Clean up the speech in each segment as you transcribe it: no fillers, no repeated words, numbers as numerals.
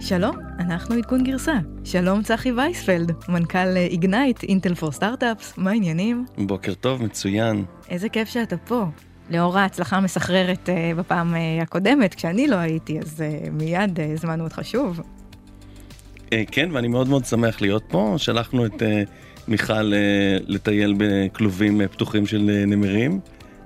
שלום, אנחנו עדכון גרסה. שלום צחי וייספלד, מנכ"ל איגנייט, אינטל פור סטארט-אפס, מה העניינים? בוקר טוב, מצוין. איזה כיף שאתה פה. לאור ההצלחה המסחררת בפעם הקודמת, כשאני לא הייתי, אז מיד הזמנו אותך שוב. כן, ואני מאוד מאוד שמח להיות פה. שלחנו את מיכל לטייל בכלובים פתוחים של נמרים.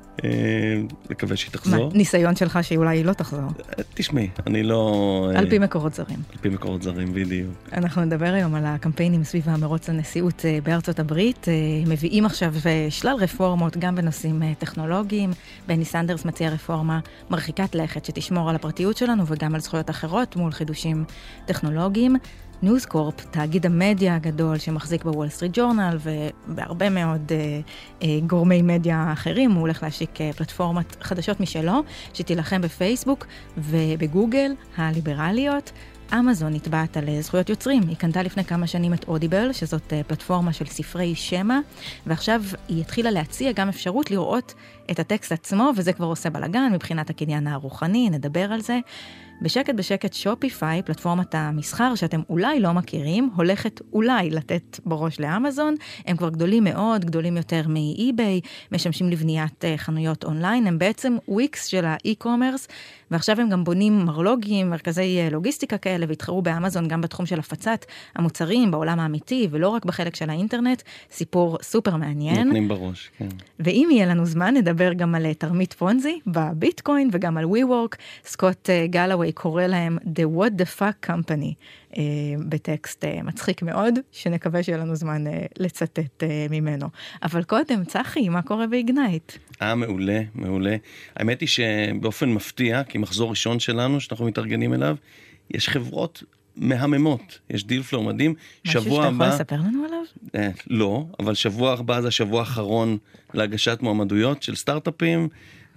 מקווה שהיא תחזור. מה, ניסיון שלך שאולי היא לא תחזור? תשמעי, אני לא... על פי מקורות זרים. על פי מקורות זרים, בדיוק. אנחנו נדבר היום על הקמפיינים סביב המרוץ לנשיאות בארצות הברית. מביאים עכשיו שלל רפורמות גם בנושאים טכנולוגיים. בני סנדרס מציע רפורמה מרחיקת לכת שתשמור על הפרטיות שלנו וגם על זכויות אחרות מול חידושים טכנולוגיים. ניוז קורפ, תאגיד המדיה הגדול שמחזיק בוול סטריט ג'ורנל ובהרבה מאוד גורמי מדיה אחרים, הוא הולך להשיק פלטפורמת חדשות משלו, שתילחם בפייסבוק ובגוגל הליברליות. אמזון נתבעת על זכויות יוצרים. היא קנתה לפני כמה שנים את אודיבל, שזאת פלטפורמה של ספרי שמע, ועכשיו היא התחילה להציע גם אפשרות לראות את הטקסט עצמו, וזה כבר עושה בלגן מבחינת הקניין הרוחני, נדבר על זה. בשקט בשקט שופיפיי, פלטפורמת המסחר שאתם אולי לא מכירים, הולכת אולי לתת בראש לאמזון. הם כבר גדולים מאוד, גדולים יותר מאי-ביי, משמשים לבניית חנויות אונליין, הם בעצם וויקס של האי-קומרס, ועכשיו הם גם בונים מרלוגים, מרכזי לוגיסטיקה כאלה, והתחרו באמזון גם בתחום של הפצת המוצרים בעולם האמיתי, ולא רק בחלק של האינטרנט. סיפור סופר מעניין. נותנים בראש, כן. ואם יהיה לנו זמן, נדבר גם על תרמית פונזי בביטקוין, וגם על WeWork. סקוט גלווי קורא להם The What the Fuck Company, בטקסט מצחיק מאוד, שנקווה שיהיה לנו זמן לצטט ממנו. אבל קודם, צחי, מה קורה באיגנייט? מעולה, מעולה. האמת היא שבאופן מפתיע, כי מחזור ראשון שלנו, שאנחנו מתארגנים אליו, יש חברות מהממות, יש דיל פלואו מדהים. משהו שאתה יכול לספר לנו עליו? לא, אבל שבוע הבא זה השבוע האחרון להגשת מועמדויות של סטארט-אפים,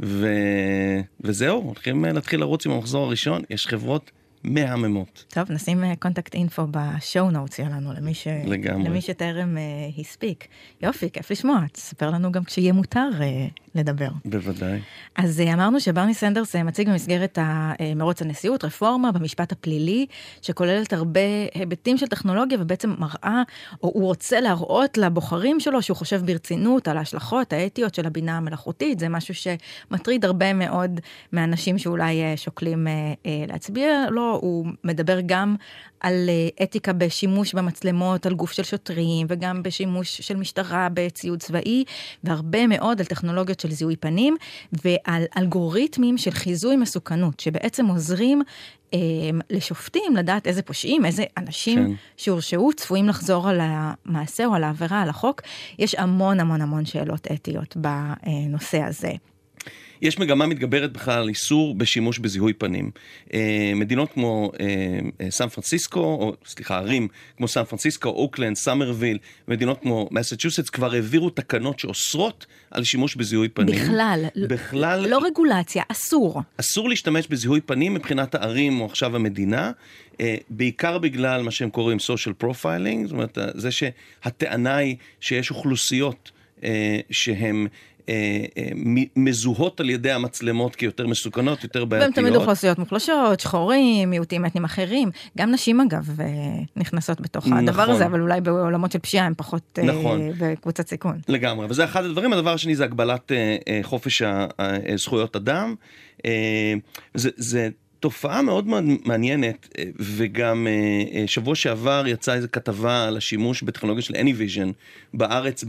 וזהו, הולכים להתחיל לרוץ עם המחזור הראשון, יש חברות מהממות. טוב, נשים קונטקט אינפו בשואו נוטס שלנו, למי שטרם הספיק. יופי, כיף לשמוע, תספר לנו גם כשיהיה מותר לדבר. בוודאי. אז אמרנו שברני סנדרס מציג במסגרת מרוץ הנשיאות רפורמה במשפט הפלילי, שכוללת הרבה היבטים של טכנולוגיה, ובעצם מראה, או הוא רוצה להראות לבוחרים שלו, שהוא חושב ברצינות על ההשלכות האתיות של הבינה המלאכותית. זה משהו שמטריד הרבה מאוד מאנשים שאולי שוקלים להצביע לו. הוא מדבר גם על אתיקה בשימוש במצלמות, על גוף של שוטרים, וגם בשימוש של משטרה בציוד צבאי, והרבה מאוד על טכנולוגיות של זיהוי פנים, ועל אלגוריתמים של חיזוי מסוכנות, שבעצם עוזרים לשופטים לדעת איזה פושעים, איזה אנשים שהורשעו, צפויים לחזור על המעשה או על העבירה, על החוק. יש המון המון המון שאלות אתיות בנושא הזה. יש מגמה מתגברת בכלל על איסור בשימוש בזיהוי פנים. מדינות כמו סן פרנסיסקו, ערים כמו סן פרנסיסקו, אוקלנד, סמרוויל, מדינות כמו מסצ'וסטס כבר העבירו תקנות שאוסרות על שימוש בזיהוי פנים. בכלל, לא רגולציה, אסור. אסור להשתמש בזיהוי פנים מבחינת הערים או עכשיו המדינה, בעיקר בגלל מה שהם קוראים social profiling, זאת אומרת, זה שהטענה היא שיש אוכלוסיות שהן מזוהות על ידי המצלמות כיותר מסוכנות, יותר בעייתיות. והם תמיד אוכלוסיות מוחלשות, שחורים, מיעוטים אתנים אחרים. גם נשים אגב נכנסות בתוך הדבר הזה, אבל אולי בעולמות של פשיעה הם פחות בקבוצת סיכון. לגמרי, וזה אחד הדברים. הדבר השני זה הגבלת חופש זכויות אדם. זה תופעה מאוד מאוד מעניינת, וגם שבוע שעבר יצאה איזו כתבה על השימוש בטכנולוגיה של AnyVision בארץ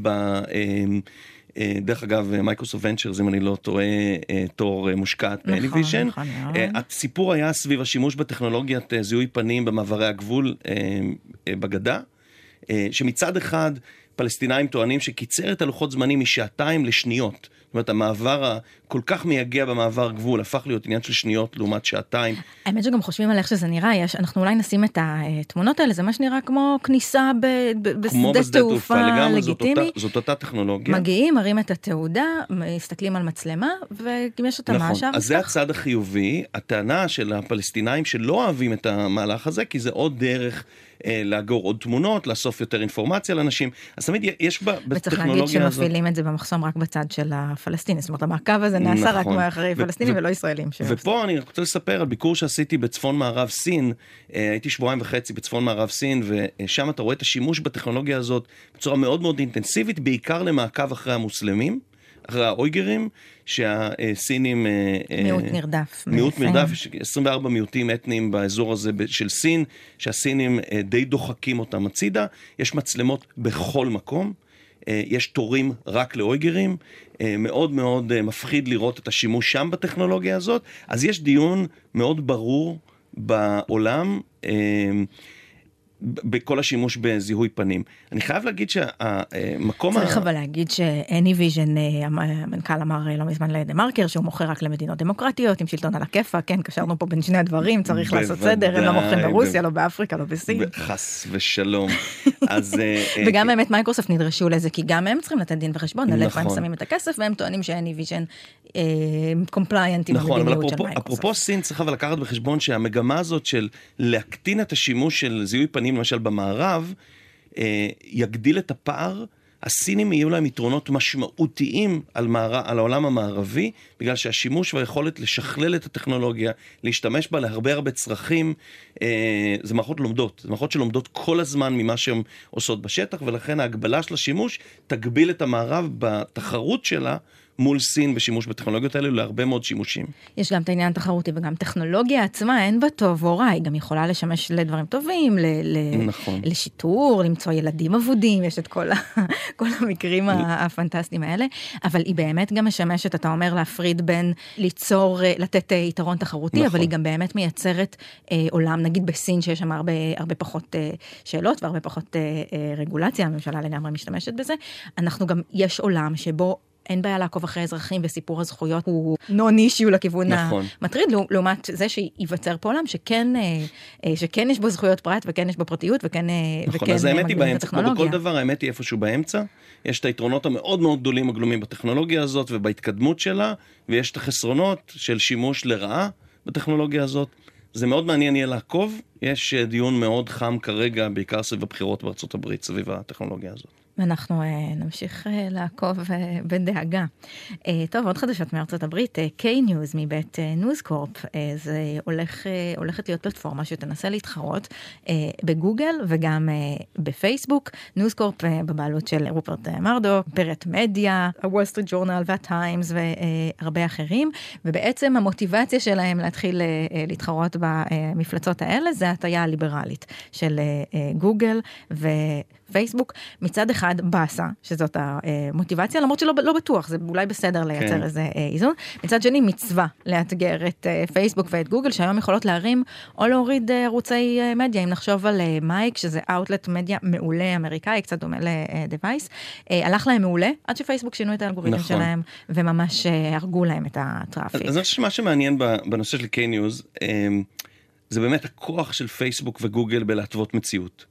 דרך אגב, מייקרוסופט ונצ'רס, אם אני לא טועה, תור מושקעת ב-AnyVision. הסיפור היה סביב השימוש בטכנולוגיית זיהוי פנים במעברי הגבול בגדה, שמצד אחד פלסטינאים טוענים שקיצר את הלוחות זמנים משעתיים לשניות. זאת אומרת, המעבר הכל כך מייגע במעבר גבול הפך להיות עניין של שניות לעומת שעתיים. האמת שגם חושבים על איך שזה נראה, אנחנו אולי נשים את התמונות האלה, זה מה שנראה כמו כניסה בשדה תעופה לגיטימי. זאת אותה טכנולוגיה. מגיעים, מראים את התעודה, מסתכלים על מצלמה, ואם יש אותה מהשאר. נכון, אז זה הצד החיובי, הטענה של הפלסטינאים שלא אוהבים את המהלך הזה, כי זה עוד דרך לאגור עוד תמונות, לאסוף יותר אינפורמציה לאנשים. אז תמיד יש בטכנולוגיה הזאת... וצריך להגיד שמפעילים את זה במחסום רק בצד של הפלסטיני, זאת אומרת, המעקב הזה נעשה רק מאחרי פלסטינים ולא ישראלים. ופה אני רוצה לספר על ביקור שעשיתי בצפון מערב סין, הייתי 2.5 שבועות בצפון מערב סין, ושם אתה רואה את השימוש בטכנולוגיה הזאת בצורה מאוד מאוד אינטנסיבית, בעיקר למעקב אחרי המוסלמים, אחרי האויגרים, שהסינים... מיעוט נרדף. מיעוט נרדף, 24 מיעוטים אתניים באזור הזה של סין, שהסינים די דוחקים אותם הצידה, יש מצלמות בכל מקום, יש תורים רק לאויגרים, מאוד מאוד מפחיד לראות את השימוש שם בטכנולוגיה הזאת, אז יש דיון מאוד ברור בעולם, בכל השימוש בזיהוי פנים. אני חייב להגיד שהמקום... צריך אבל להגיד ש-AnyVision, המנכ"ל אמר לא מזמן לדה-מרקר, שהוא מוכר רק למדינות דמוקרטיות, עם שלטון על הכיפה, כן, קשרנו פה בין שני הדברים, צריך לעשות סדר, הם לא מוכרים ברוסיה, לא באפריקה, לא בסין. חס ושלום. וגם באמת מייקרוסופט נדרשו לזה, כי גם הם צריכים לתת דין וחשבון, על איפה הם שמים את הכסף, והם טוענים ש-AnyVision compliant עם המדיניות של מייקרוסופט. אפרופו סין, צריך אבל לקחת בחשבון שהמגמה הזאת של להקטין את השימוש של זיהוי פנים, למשל במערב, יגדיל את הפער. הסינים יהיו להם יתרונות משמעותיים על העולם המערבי, בגלל שהשימוש והיכולת לשכלל את הטכנולוגיה, להשתמש בה להרבה הרבה צרכים, זה מערכות לומדות. זה מערכות שלומדות כל הזמן ממה שהן עושות בשטח, ולכן ההגבלה של השימוש תגביל את המערב בתחרות שלה, מול סין בשימוש בטכנולוגיות האלה, להרבה מאוד שימושים. יש גם את העניין התחרותי, וגם טכנולוגיה עצמה, אין בה טוב או רע, היא גם יכולה לשמש לדברים טובים, נכון. לשיטור, למצוא ילדים עבודים, יש את כל המקרים הפנטסטיים האלה, אבל היא באמת גם משמשת, אתה אומר, להפריד בין ליצור, לתת יתרון תחרותי, נכון. אבל היא גם באמת מייצרת עולם, נגיד בסין, שיש שם הרבה פחות שאלות, והרבה פחות רגולציה, הממשלה לגמרי משתמשת בזה. אנחנו גם, יש עולם שבו אין בעיה לעקוב אחרי אזרחים, וסיפור הזכויות הוא non-issue לכיוון נכון. המטריד, לעומת זה שיווצר פה עולם שכן יש בו זכויות פרט, וכן יש בו פרטיות, וכן נכון, אז האמת היא באמצע, כמו בכל דבר, האמת היא איפשהו באמצע, יש את היתרונות המאוד מאוד גדולים הגלומים בטכנולוגיה הזאת, ובהתקדמות שלה, ויש את החסרונות של שימוש לרעה בטכנולוגיה הזאת. זה מאוד מעניין יהיה לעקוב, יש דיון מאוד חם כרגע, בעיקר סביב הבחירות בארצות הברית, סביב הטכנולוגיה הזאת. ואנחנו נמשיך לעקוב בדאגה. טוב, עוד חדשות מארצות הברית, K-News מבית ניוזקורפ, זה הולכת להיות פלטפורמה שתנסה להתחרות בגוגל וגם בפייסבוק. ניוזקורפ בבעלות של רופרט מרדוק, פרט מדיה, הוול סטריט ג'ורנל והטיימס והרבה אחרים, ובעצם המוטיבציה שלהם להתחיל להתחרות במפלצות האלה, זה הטיה הליברלית של גוגל ופייסבוק. מצד אחד באסה, שזאת המוטיבציה, למרות שלא בטוח, זה אולי בסדר לייצר איזה איזון. מצד שני, מצווה לאתגר את פייסבוק ואת גוגל, שהיום יכולות להרים או להוריד ערוצי מדיה, אם נחשוב על מייק, שזה אאוטלט מדיה מעולה אמריקאי, קצת דומה לדווייס, הלך להם מעולה, עד שפייסבוק שינו את האלגוריתם שלהם, וממש הרגו להם את הטראפיק. אז אני חושב שמה שמעניין בנושא של K-News, זה באמת הכוח של פייסבוק וגוגל בלהתוות מציאות.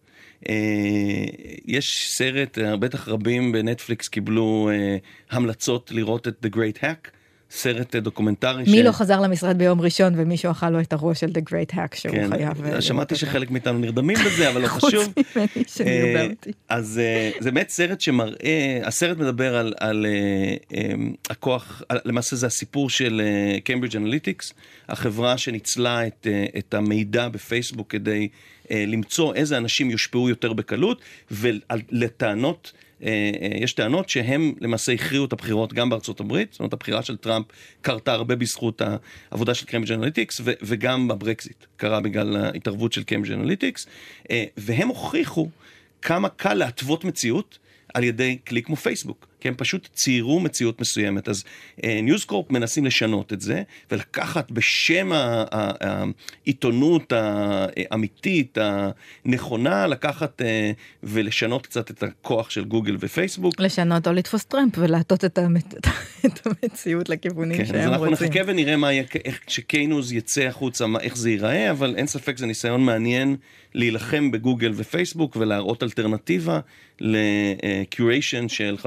יש סרט, בטח רבים בנטפליקס קיבלו המלצות לראות את The Great Hack, סרט דוקומנטרי. מי לא חזר למשרד ביום ראשון ומישהו אכל לו את הראש של The Great Hack שהוא חייב... שמעתי שחלק מאיתנו נרדמים בזה, אבל לא חשוב. חוץ ממני שנרדמתי. אז זה באמת סרט שמראה, הסרט מדבר על הכוח, למעשה זה הסיפור של Cambridge Analytics, החברה שניצלה את המידע בפייסבוק כדי למצוא איזה אנשים יושפעו יותר בקלות, ולטענות, יש טענות שהם למעשה הכריעו את הבחירות גם בארצות הברית, זאת אומרת הבחירה של טראמפ קרתה הרבה בזכות העבודה של Cambridge Analytics, וגם בברקזיט קרה בגלל ההתערבות של Cambridge Analytics, והם הוכיחו כמה קל להתוות מציאות על ידי כלי כמו פייסבוק, כי הם פשוט ציירו מציאות מסוימת. אז ניוזקורפ מנסים לשנות את זה, ולקחת בשם העיתונות האמיתית, הנכונה, לקחת ולשנות קצת את הכוח של גוגל ופייסבוק. לשנות או לתפוס טראמפ ולהטות את המציאות לכיוונים שהם רוצים. אז אנחנו נחכה ונראה איך שקיינוז יצא החוצה, איך זה ייראה, אבל אין ספק זה ניסיון מעניין להילחם בגוגל ופייסבוק ולהראות אלטרנטיבה לקיוריישן של חדשות.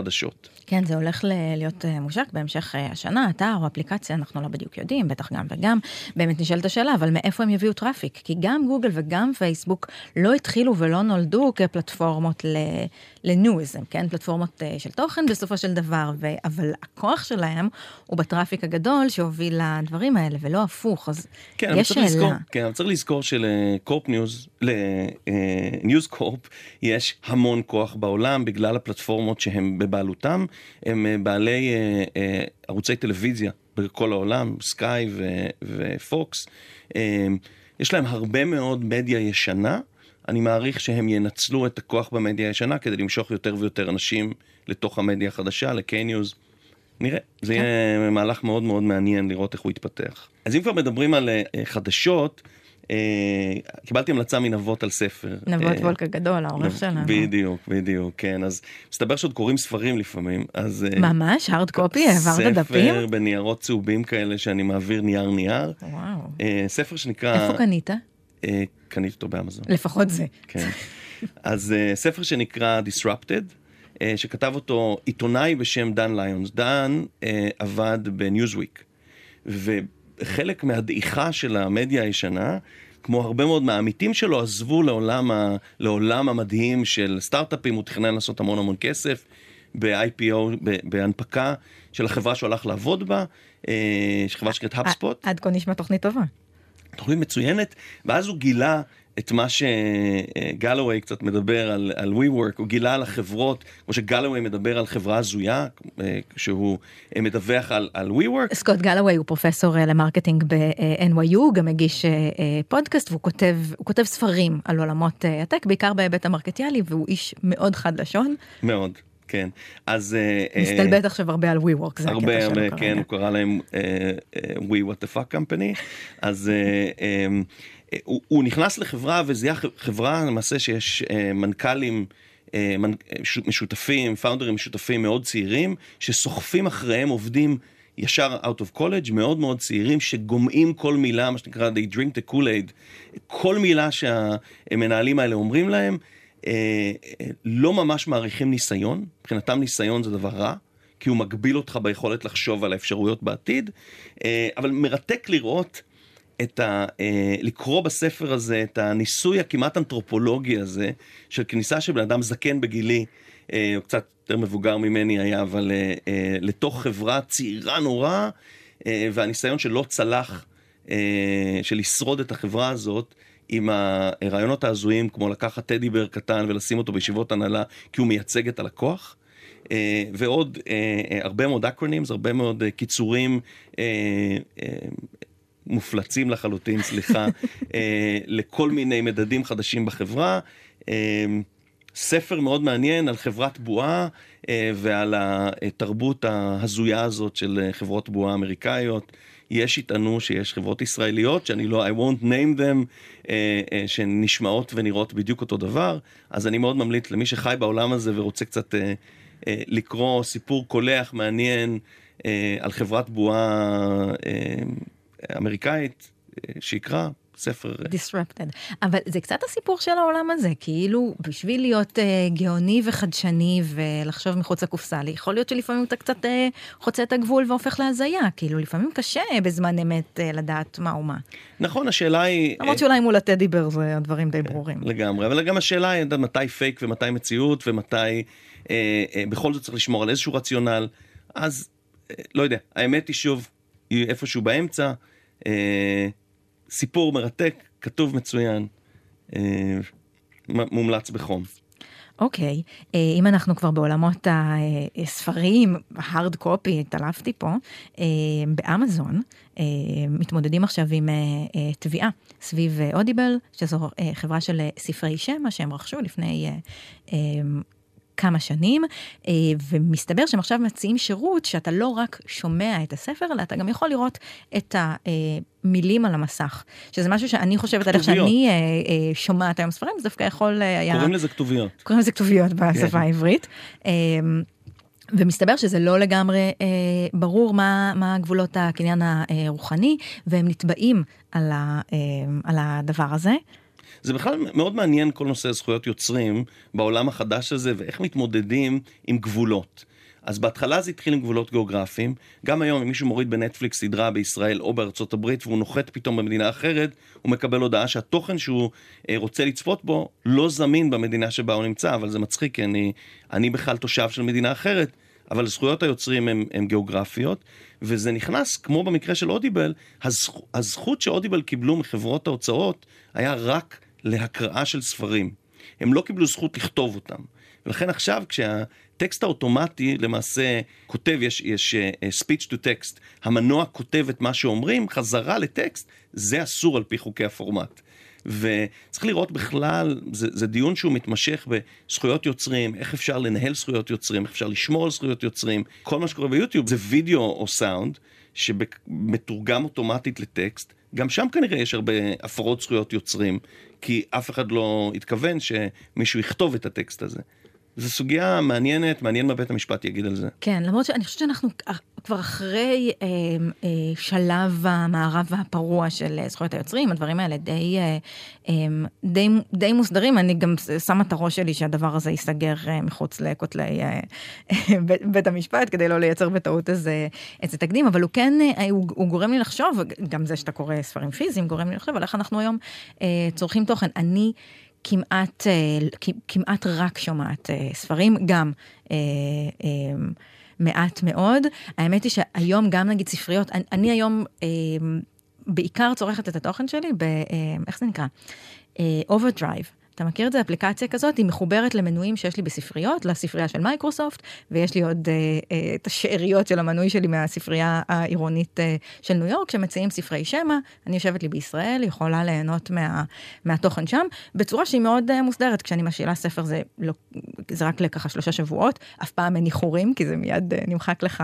חדשות. כן, זה הולך להיות מושק בהמשך השנה, אתר או אפליקציה, אנחנו לא בדיוק יודעים, בטח גם וגם, באמת נשאלת השאלה, אבל מאיפה הם יביאו טראפיק? כי גם גוגל וגם פייסבוק לא התחילו ולא נולדו כפלטפורמות לניוז, כן? פלטפורמות של תוכן בסופו של דבר, אבל הכוח שלהם הוא בטראפיק הגדול שהוביל לדברים האלה, ולא הפוך, אז יש שאלה. כן, אבל צריך לזכור שלקורפ ניוז, לניוז קורפ, יש המון כוח בעולם, בגלל הפלטפורמות שהם בבעלותם, הם בעלי ערוצי טלוויזיה בכל העולם, סקאי ופוקס, יש להם הרבה מאוד מדיה ישנה, אני מעריך שהם ינצלו את הכוח במדיה הישנה, כדי למשוך יותר ויותר אנשים לתוך המדיה החדשה, לקיי-ניוז. נראה, זה יהיה מהלך מאוד מאוד מעניין לראות איך הוא יתפתח. אז אם כבר מדברים על חדשות, קיבלתי המלצה מנבות על ספר. נבות וולק הגדול, העורך שלנו. בדיוק, כן. אז מסתבר שעוד קוראים ספרים לפעמים. ממש? הארד קופי? העברת דפים? ספר בניירות צהובים כאלה שאני מעביר נייר. וואו. ספר שנקרא... איפה קנית? קניתי אותו באמזון. לפחות זה. כן. אז ספר שנקרא Disrupted, שכתב אותו עיתונאי בשם דן ליונס. דן עבד בניוזוויק, וחלק מהדעיכה של המדיה הישנה, כמו הרבה מאוד מהעמיתים שלו, עזבו לעולם המדהים של סטארט-אפים, הוא תכנן לעשות המון כסף, ב-IPO, בהנפקה של החברה שהוא הלך לעבוד בה, חברה שקראת HubSpot. עד כה נשמע תוכנית טובה. תוכנית מצוינת, ואז הוא גילה את מה שגלווי קצת מדבר על WeWork, הוא גילה על החברות, כמו שגלווי מדבר על חברה הזויה, שהוא מדווח על WeWork. סקוט גלווי הוא פרופסור למרקטינג ב-NYU, גם מגיש פודקאסט, והוא כותב ספרים על עולמות הטק, בעיקר בהיבט המרקטיאלי, והוא איש מאוד חד לשון. מאוד. כן, אז... מסתלבט עכשיו הרבה על WeWork, זה הקטע שלו כרגע. כן, הוא קרא להם We What the Fuck Company, אז הוא נכנס לחברה, וזו חברה למעשה שיש מנכ"לים משותפים, פאונדרים משותפים מאוד צעירים, שסוחפים אחריהם עובדים ישר out of college, מאוד מאוד צעירים, שגומעים כל מילה, מה שנקרא, they drink the Kool-Aid, כל מילה שהמנהלים האלה אומרים להם, לא ממש מעריכים ניסיון, מבחינתם ניסיון זה דבר רע, כי הוא מגביל אותך ביכולת לחשוב על האפשרויות בעתיד, אבל מרתק לראות לקרוא בספר הזה את הניסוי הכמעט אנתרופולוגי הזה, של כניסה של בן אדם זקן בגילי, הוא קצת יותר מבוגר ממני היה, אבל לתוך חברה צעירה נורא, והניסיון שלא צלח, של לשרוד את החברה הזאת, עם הרעיונות ההזויים, כמו לקחת טדי בר קטן ולשים אותו בישיבות הנהלה, כי הוא מייצג את הלקוח, ועוד הרבה מאוד אקרונים, הרבה מאוד קיצורים מופלצים לחלוטין, סליחה, לכל מיני מדדים חדשים בחברה. ספר מאוד מעניין על חברת בועה, ועל התרבות ההזויה הזאת של חברות בועה אמריקאיות. יש יטענו שיש חברות ישראליות, שאני לא, I won't name them, שנשמעות ונראות בדיוק אותו דבר, אז אני מאוד ממליץ למי שחי בעולם הזה ורוצה קצת לקרוא סיפור קולח מעניין על חברת בועה אמריקאית, שיקרא ספר... Disrupted. אבל זה קצת הסיפור של העולם הזה, כאילו בשביל להיות גאוני וחדשני ולחשוב מחוץ לקופסה, יכול להיות שלפעמים אתה קצת חוצה את הגבול והופך להזיה, כאילו לפעמים קשה בזמן אמת לדעת מה ומה. נכון, השאלה היא... למרות שאולי מול הטדי בר זה הדברים די ברורים. לגמרי, אבל גם השאלה היא מתי פייק ומתי מציאות ומתי בכל זאת צריך לשמור על איזשהו רציונל, אז לא יודע, האמת היא שוב, היא איפשהו באמצע, סיפור מרתק, כתוב מצוין, מומלץ בחום. אוקיי, אם אנחנו כבר בעולמות הספרים, hard copy, התעלפתי פה, באמזון, מתמודדים עכשיו עם תביעה סביב אודיבל, שזו חברה של ספרי שם, מה שהם רכשו לפני כמה שנים, ומסתבר שהם עכשיו מציעים שירות שאתה לא רק שומע את הספר, אלא אתה גם יכול לראות את המילים על המסך, שזה משהו שאני חושבת על איך שאני שומעת היום ספרים, זה דווקא יכול היה... קוראים לזה כתוביות. קוראים לזה כתוביות בשפה העברית. ומסתבר שזה לא לגמרי ברור מה גבולות הקניין הרוחני, והם נתבעים על הדבר הזה. זה בכלל מאוד מעניין כל נושא זכויות יוצרים בעולם החדש הזה, ואיך מתמודדים עם גבולות. אז בהתחלה זה התחיל עם גבולות גיאוגרפיים, גם היום אם מישהו מוריד בנטפליקס סדרה בישראל או בארצות הברית, והוא נוחת פתאום במדינה אחרת, הוא מקבל הודעה שהתוכן שהוא רוצה לצפות בו, לא זמין במדינה שבה הוא נמצא, אבל זה מצחיק, כי אני בכלל תושב של מדינה אחרת, אבל זכויות היוצרים הן גיאוגרפיות, וזה נכנס, כמו במקרה של אודיבל, הזכות שאודיבל קיבלו מחברות ההוצאות, היה רק להקראה של ספרים. הם לא קיבלו זכות לכתוב אותם. ולכן עכשיו, כשהטקסט האוטומטי למעשה כותב, יש speech to text, המנוע כותב את מה שאומרים, חזרה לטקסט, זה אסור על פי חוקי הפורמט. וצריך לראות בכלל, זה דיון שהוא מתמשך בזכויות יוצרים, איך אפשר לנהל זכויות יוצרים, איך אפשר לשמור על זכויות יוצרים. כל מה שקורה ביוטיוב זה וידאו או סאונד, שמתורגם אוטומטית לטקסט. גם שם כנראה יש הרבה הפרות זכויות יוצרים, כי אף אחד לא התכוון שמישהו יכתוב את הטקסט הזה. זו סוגיה מעניינת, מעניין מה בית המשפט יגיד על זה. כן, למרות שאני חושבת שאנחנו כבר אחרי שלב המערב הפרוע של זכויות היוצרים, הדברים האלה די מוסדרים, אני גם שמה את הראש שלי שהדבר הזה ייסגר מחוץ לכותלי בית המשפט, כדי לא לייצר בטעות איזה תקדים, אבל הוא כן, הוא גורם לי לחשוב, גם זה שאתה קורא ספרים פיזיים, גורם לי לחשוב, על איך אנחנו היום צורכים תוכן. אני כמעט רק שומעת ספרים, גם מעט מאוד. האמת היא שהיום גם נגיד ספריות, אני היום בעיקר צורכת את התוכן שלי, איך זה נקרא? Overdrive. אתה מכיר את זה? אפליקציה כזאת, היא מחוברת למנויים שיש לי בספריות, לספרייה של מייקרוסופט, ויש לי עוד את השאריות של המנוי שלי מהספרייה העירונית של ניו יורק, שמציעים ספרי שמע, אני יושבת לי בישראל, יכולה ליהנות מהתוכן שם, בצורה שהיא מאוד מוסדרת, כשאני משאילה ספר זה רק לככה 3 שבועות, אף פעם אין איחורים, כי זה מיד נמחק לך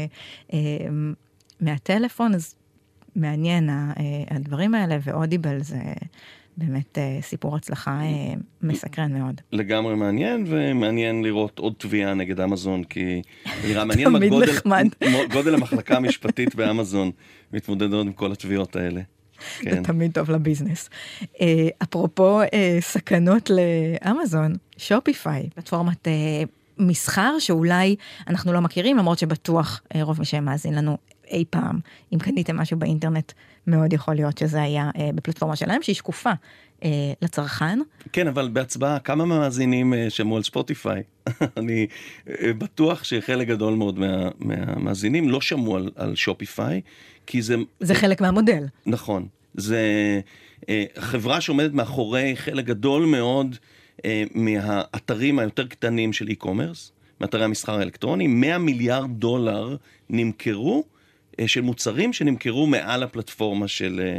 מהטלפון, אז מעניין הדברים האלה, ואודיבל זה באמת סיפור הצלחה מסקרן מאוד. לגמרי מעניין, ומעניין לראות עוד תביעה נגד אמזון, כי נראה מעניין גודל המחלקה המשפטית באמזון, מתמודדות עם כל התביעות האלה. זה תמיד טוב לביזנס. אפרופו סכנות לאמזון, שופיפיי, פלטפורמת מסחר שאולי אנחנו לא מכירים, למרות שבטוח רוב מי שמאזין לנו אי פעם, אם קניתם משהו באינטרנט, מאוד יכול להיות שזה היה בפלטפורמה שלהם, שהיא שקופה לצרכן. כן, אבל בהצבעה, כמה מאזינים שמעו על ספוטיפיי? אני בטוח שחלק גדול מאוד מהמאזינים לא שמעו על שופיפיי, כי זה... זה חלק מהמודל. נכון. זה חברה שעומדת מאחורי חלק גדול מאוד מהאתרים היותר קטנים של אי-קומרס, מאתרי המסחר האלקטרוני. $100 מיליארד נמכרו, של מוצרים שנמכרו מעל הפלטפורמה של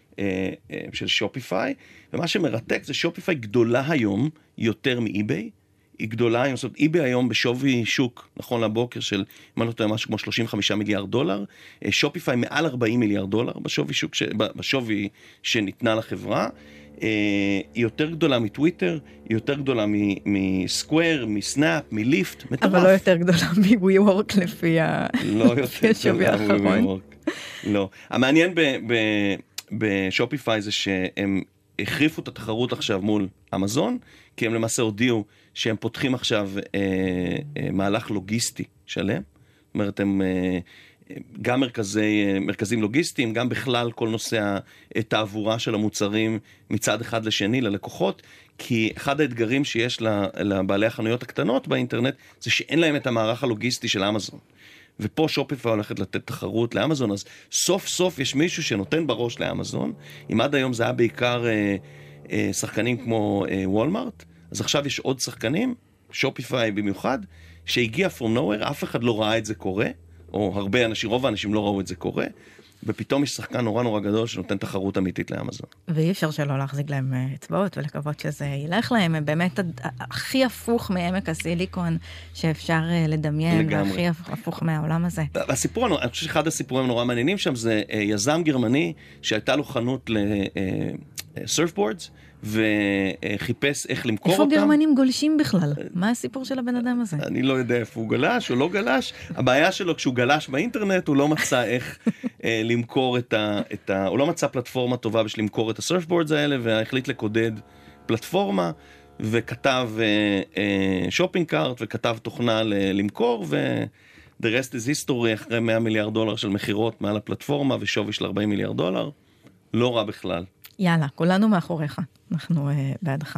שופיפיי, ומה שמרתק זה שופיפיי גדולה היום יותר מאיביי, היא גדולה היום, זאת אומרת, איביי היום בשווי שוק, נכון לבוקר של, אם אני לא טועה, משהו כמו $35 מיליארד, שופיפיי מעל $40 מיליארד בשווי שוק, בשווי שניתנה לחברה, היא יותר גדולה מטוויטר, היא יותר גדולה מסקוואר, מסנאפ, מליפט, מטורף. אבל לא יותר גדולה מווי-וורק לפי השווי האחרון. לא. המעניין בשופיפיי זה שהם החריפו את התחרות עכשיו מול אמזון, כי הם למעשה הודיעו שהם פותחים עכשיו מהלך לוגיסטי שלם. זאת אומרת, הם גם מרכזים לוגיסטיים, גם בכלל כל נושא התעבורה של המוצרים מצד אחד לשני ללקוחות, כי אחד האתגרים שיש לבעלי החנויות הקטנות באינטרנט, זה שאין להם את המערך הלוגיסטי של אמזון. ופה שופיפיי הולכת לתת תחרות לאמזון, אז סוף סוף יש מישהו שנותן בראש לאמזון. אם עד היום זה היה בעיקר שחקנים כמו וולמארט, אז עכשיו יש עוד שחקנים, שופיפיי במיוחד, שהגיע from nowhere, אף אחד לא ראה את זה קורה, או הרבה אנשים, רוב האנשים לא ראו את זה קורה, ופתאום יש שחקן נורא נורא גדול שנותן תחרות אמיתית לאמזון. ואי אפשר שלא להחזיק להם אצבעות ולקוות שזה ילך להם, הם באמת הכי הפוך מעמק הסיליקון שאפשר לדמיין, והכי הפוך מהעולם הזה. הסיפור, אני חושב שאחד הסיפורים הנורא מעניינים שם זה יזם גרמני שהייתה לו חנות לסרפבורדס, וחיפש איך למכור אותם. איפה גרמנים גולשים בכלל? מה הסיפור של הבן אדם הזה? אני לא יודע איפה הוא גלש או לא גלש. הבעיה שלו, כשהוא גלש באינטרנט, הוא לא מצא איך למכור הוא לא מצא פלטפורמה טובה בשביל למכור את הסרפבורדס האלה, והחליט לקודד פלטפורמה, וכתב שופינג קארט, וכתב תוכנה למכור, the rest is history, אחרי $100 מיליארד של מחירות מעל הפלטפורמה, ושווי של $40 מיליארד. לא רע בכלל. יאללה, כולנו מאחוריך, אנחנו בעדך.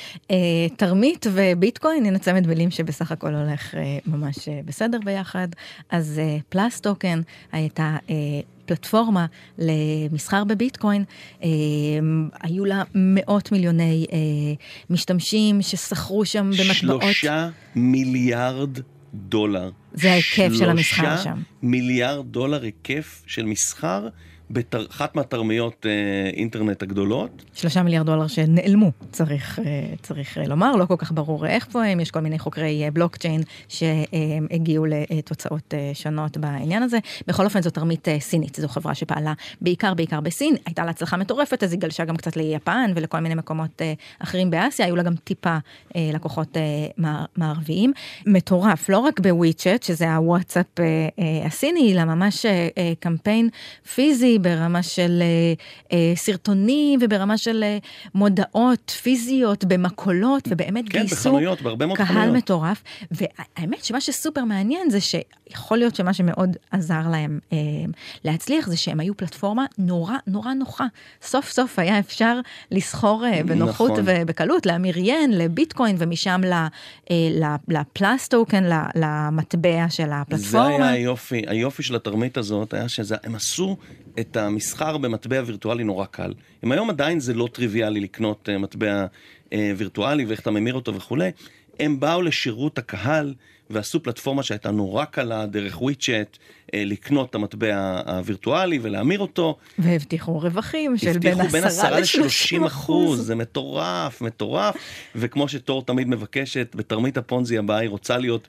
תרמית וביטקוין, הנה צמד מילים שבסך הכל הולך ממש בסדר ביחד. אז פלאסטוקן הייתה פלטפורמה למסחר בביטקוין, היו לה מאות מיליוני משתמשים שסחרו שם במטבעות. $3 מיליארד. זה ההיקף של המסחר שם. $3 מיליארד היקף של מסחר, באחת מהתרמיות אינטרנט הגדולות. $3 מיליארד שנעלמו, צריך לומר, לא כל כך ברור איך פה הם, יש כל מיני חוקרי בלוקצ'יין שהגיעו לתוצאות שונות בעניין הזה. בכל אופן זו תרמית סינית, זו חברה שפעלה בעיקר בסין, הייתה לה הצלחה מטורפת, אז היא גלשה גם קצת ליפן ולכל מיני מקומות אחרים באסיה, היו לה גם טיפה לקוחות מערביים. מטורף, לא רק בוויצ'ט, שזה הוואטסאפ הסיני, אלא ממש קמפיין פיזי, ברמה של סרטונים ובברמה של מודעות פיזיות במקולות, ובאמת גייסו קהל מטורף. והאמת שמה שסופר מעניין זה שיכול להיות שמה שמאוד עזר להם להצליח זה שהם היו פלטפורמה נורא נוחה. סוף סוף היה אפשר לסחור בנוחות ובקלות, להמיר ין, לביטקוין, ומשם לפלאסטוקן, למטבע של הפלטפורמה. זה היה היופי של התרמית הזאת, היה שהם עשו את המסחר במטבע וירטואלי נורא קל. אם היום עדיין זה לא טריוויאלי לקנות מטבע וירטואלי ואיך אתה ממיר אותו וכו', הם באו לשירות הקהל ועשו פלטפורמה שהייתה נורא קלה דרך וויצ'ט, לקנות את המטבע הווירטואלי ולהמיר אותו. והבטיחו רווחים של בין 10 ל-30%. זה מטורף. וכמו שתור תמיד מבקשת, בתרמית הפונזי הבאה היא רוצה להיות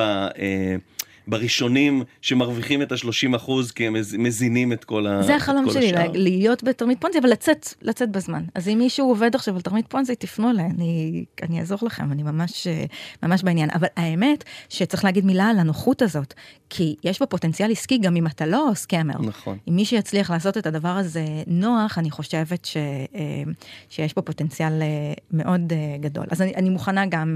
בראשונים שמרוויחים את ה-30%, כי הם מזינים את כל השאר. זה החלום שלי, להיות בתרמית פונזי, אבל לצאת בזמן. אז אם מישהו עובד עכשיו על תרמית פונזי, תפנו אליי, אני אעזור לכם, אני ממש בעניין. אבל האמת שצריך להגיד מילה על הנוחות הזאת, כי יש בה פוטנציאל עסקי, גם אם אתה לא סקאמר. נכון. אם מישהו יצליח לעשות את הדבר הזה נוח, אני חושבת שיש פה פוטנציאל מאוד גדול. אז אני מוכנה גם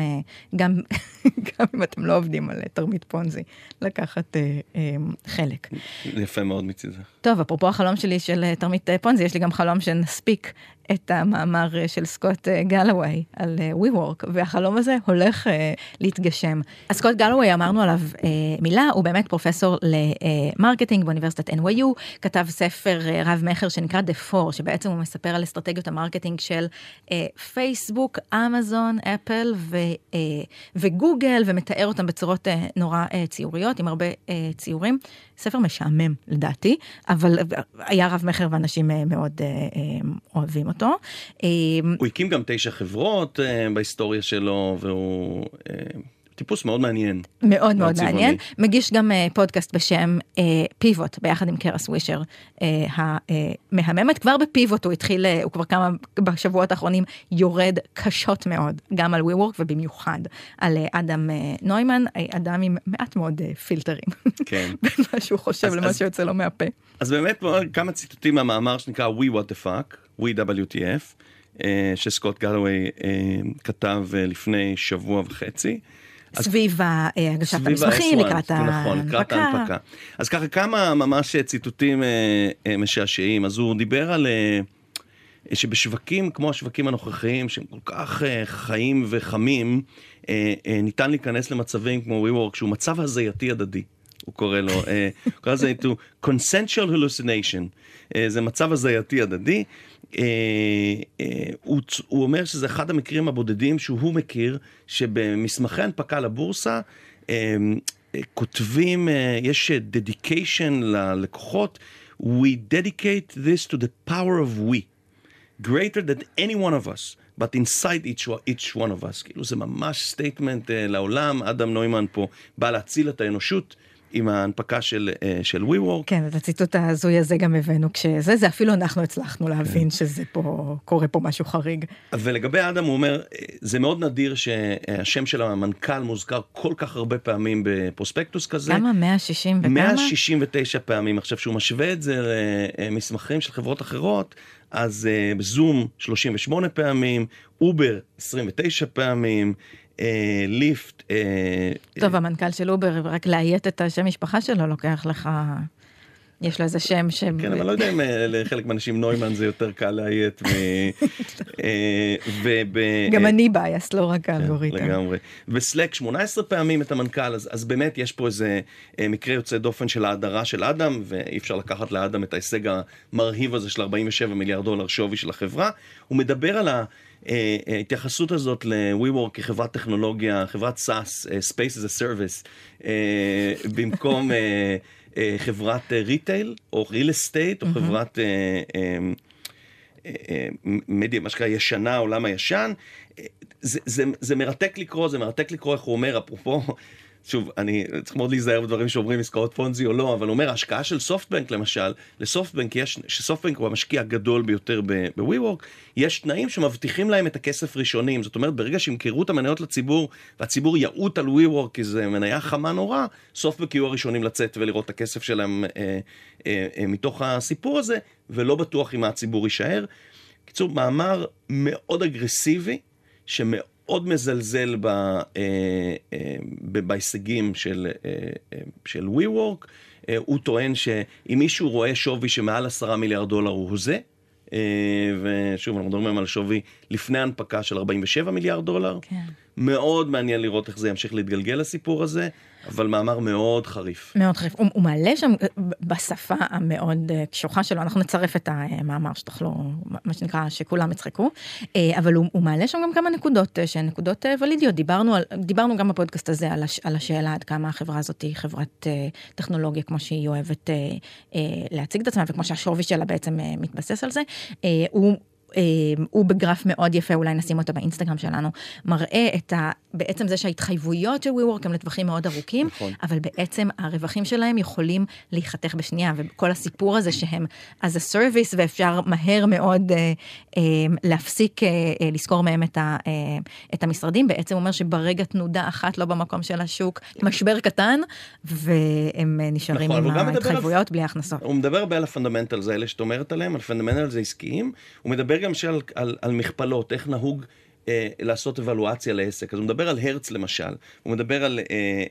אם אתם לא עובדים על תרמית פונזי, לקחת חלק. יפה מאוד מצידך. טוב, אפרופו החלום שלי של תרמית פונזי, יש לי גם חלום שנספיק את המאמר של סקוט גלווי על WeWork, והחלום הזה הולך להתגשם. אז סקוט גלווי, אמרנו עליו מילה, הוא באמת פרופסור למרקטינג באוניברסיטת NYU, כתב ספר רב מחר שנקרא The Four, שבעצם הוא מספר על אסטרטגיות המרקטינג של פייסבוק, אמזון, אפל וגוגל, ומתאר אותם בצורות נורא ציוריות, עם הרבה ציורים. ספר משעמם לדעתי, אבל היה רב מחר ואנשים מאוד אוהבים אותו. הוא הקים גם 9 חברות בהיסטוריה שלו, והוא טיפוס מאוד מעניין. מאוד מעניין. מגיש גם פודקאסט בשם פיבוט, ביחד עם קרס ווישר המהממת. כבר בפיבוט הוא התחיל, הוא כבר כמה בשבועות האחרונים יורד קשות מאוד, גם על WeWork ובמיוחד על אדם נוימן, אדם עם מעט מאוד פילטרים. כן. בין מה שהוא חושב למה שיוצא לו מהפה. אז באמת כמה ציטוטים מהמאמר שנקרא We What the Fuck, WTF, שסקוט גלווי כתב לפני שבוע וחצי. סביב הגשת המסמכים, לקראת ההנפקה. אז ככה כמה ממש ציטוטים משעשעים. אז הוא דיבר על שבשווקים כמו השווקים הנוכחיים, שהם כל כך חיים וחמים, ניתן להיכנס למצבים כמו WeWork, שהוא מצב הזייתי הדדי. הוא קורא לו, הוא קורא לזה consensual hallucination. זה מצב הזייתי הדדי. הוא אומר שזה אחד המקרים הבודדים שהוא מכיר, שבמסמכי הנפקה לבורסה כותבים, יש dedication ללקוחות, we dedicate this to the power of we, greater than any one of us, but inside each one of us. כאילו זה ממש statement לעולם, אדם נוימן פה בא להציל את האנושות, עם ההנפקה של WeWork. כן, את הציטוט ההזוי הזה גם הבאנו זה אפילו אנחנו הצלחנו להבין שזה פה, קורה פה משהו חריג. ולגבי אדם הוא אומר, זה מאוד נדיר שהשם של המנכ"ל מוזכר כל כך הרבה פעמים בפרוספקטוס כזה. כמה? 160 וכמה? 169 פעמים. עכשיו שהוא משווה את זה למסמכים של חברות אחרות, אז בזום 38 פעמים, אובר 29 פעמים, ליפט. טוב, המנכ"ל של אובר, רק להיית את השם משפחה שלו, לוקח לך, יש לו איזה שם כן, אבל לא יודע אם לחלק מהאנשים נוימן זה יותר קל להיית. גם אני בייס, לא רק האלגוריתם. לגמרי. וסלק 18 פעמים את המנכ"ל, אז באמת יש פה איזה מקרה יוצא דופן של ההדרה של אדם, ואי אפשר לקחת לאדם את ההישג המרהיב הזה של $47 מיליארד שווי של החברה. הוא מדבר על ההתייחסות הזאת ל-WeWork כחברת טכנולוגיה, חברת SaaS, Space as a Service, במקום חברת ריטייל, או real estate, או חברת מדיה, מה שקרה ישנה, עולם הישן. זה מרתק לקרוא, איך הוא אומר, אפרופו, שוב, אני צריך מאוד להיזהר בדברים שאומרים עסקאות פונזי או לא, אבל הוא אומר, ההשקעה של סופטבנק למשל, לסופטבנק שסופטבנק הוא המשקיע הגדול ביותר ב-WeWork, יש תנאים שמבטיחים להם את הכסף ראשונים, זאת אומרת, ברגע שימכרו את המניות לציבור, והציבור יעוט על WeWork, כי זה מניה חמה נורא, סופטבנק יהיו הראשונים לצאת ולראות את הכסף שלהם מתוך הסיפור הזה, ולא בטוח אם הציבור יישאר. קיצור, מאמר מאוד אגרסיבי, שמאוד מזלזל בהישגים של WeWork. הוא טוען שאם מישהו רואה שווי שמעל $10 מיליארד הוא זה, ושוב, אנחנו מדברים על שווי לפני ההנפקה של $47 מיליארד. כן. מאוד מעניין לראות איך זה ימשיך להתגלגל הסיפור הזה, אבל מאמר מאוד חריף. מאוד חריף. הוא מעלה שם בשפה המאוד קשוחה שלו, אנחנו נצרף את המאמר שתוכלו, מה שנקרא, שכולם יצחקו, אבל הוא מעלה שם גם כמה נקודות, שהן נקודות ולידיות. דיברנו גם בפודקאסט הזה על השאלה עד כמה החברה הזאת היא חברת טכנולוגיה, כמו שהיא אוהבת להציג את עצמה, וכמו שהשווי שלה בעצם מתבסס על זה. הוא בגרף מאוד יפה, אולי נשים אותו באינסטגרם שלנו, מראה את בעצם זה שההתחייבויות של WeWork הם לטווחים מאוד ארוכים, נכון. אבל בעצם הרווחים שלהם יכולים להיחתך בשנייה, וכל הסיפור הזה שהם as a service, ואפשר מהר מאוד להפסיק לזכור מהם את המשרדים, בעצם אומר שברגע תנודה אחת לא במקום של השוק, משבר קטן, והם נשארים נכון, עם ההתחייבויות בלי הכנסות. הוא מדבר הרבה על הפונדמנטל, זה אלה שאת אומרת עליהם, על פונדמנטל זה עסקיים, הוא מדבר גם על מכפלות, איך נהוג לעשות אבלואציה לעסק. אז הוא מדבר על הרץ למשל, הוא מדבר על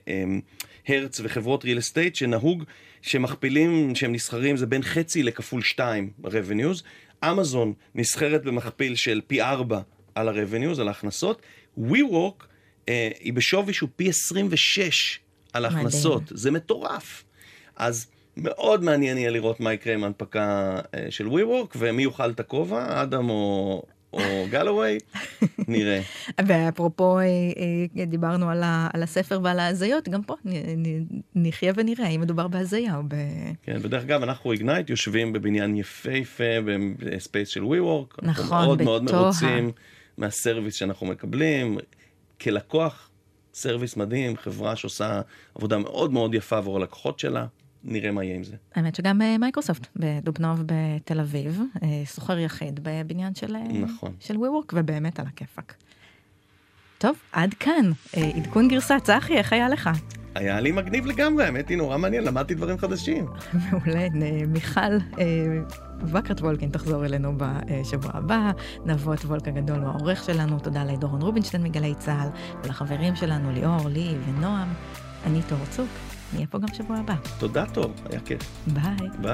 הרץ וחברות ריל אסטייט שנהוג, שמכפילים, שהם נסחרים, זה בין חצי לכפול 2 ב-revenues. אמזון נסחרת במכפיל של פי 4 על ה-revenues, על ההכנסות. WeWork היא בשווי שהוא פי 26 על ההכנסות. זה מטורף. אז מאוד מעניין יהיה לראות מה יקרה עם ההנפקה של WeWork, ומי יוכל את הכובע, אדם או גלווי, נראה. ואפרופו, דיברנו על הספר ועל ההזיות, גם פה נחיה ונראה, אם מדובר בהזיה או כן, בדרך כלל אנחנו איגנייט, יושבים בבניין יפה, בספייס של WeWork, נכון, אנחנו מאוד מאוד מרוצים מהסרוויס שאנחנו מקבלים, כלקוח, סרוויס מדהים, חברה שעושה עבודה מאוד מאוד יפה עבור הלקוחות שלה, נראה מה יהיה עם זה. האמת שגם מייקרוסופט בדובנוב בתל אביב, סוחר יחיד בבניין של WeWork, ובאמת על הכיפק. טוב, עד כאן. עדכון גרסה. צחי, איך היה לך? היה לי מגניב לגמרי, האמת היא נורא מעניין, למדתי דברים חדשים. מעולה. מיכל וקרת וולקין תחזור אלינו בשבוע הבא. נבות וולק הגדול הוא העורך שלנו. תודה לדורון רובינשטיין מגלי צהל, ולחברים שלנו ליאור, לי ונועם. אני תור צוק. נהיה פה גם שבוע הבא. תודה טוב, היה כיף. ביי. ביי.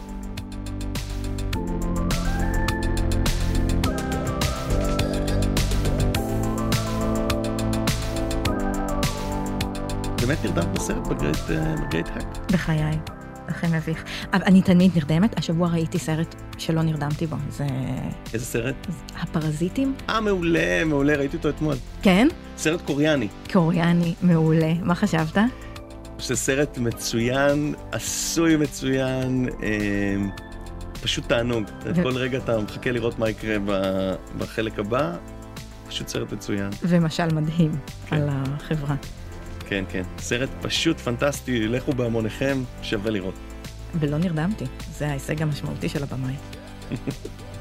באמת נרדמת בסרט בגרייט האק? בחיי, הכי מביך. אבל אני תמיד נרדמת, השבוע ראיתי סרט שלא נרדמתי בו. איזה סרט? הפרזיטים. מעולה, מעולה, ראיתי אותו אתמול. כן? סרט קוריאני. קוריאני, מעולה. מה חשבת? זה סרט מצוין, עשוי מצוין, פשוט תענוג. כל רגע אתה מחכה לראות מה יקרה בחלק הבא, פשוט סרט מצוין. ומשל מדהים על החברה. כן, כן. סרט פשוט פנטסטי, לכו בהמוניכם, שווה לראות. ולא נרדמתי, זה ההישג המשמעותי של הבמאי.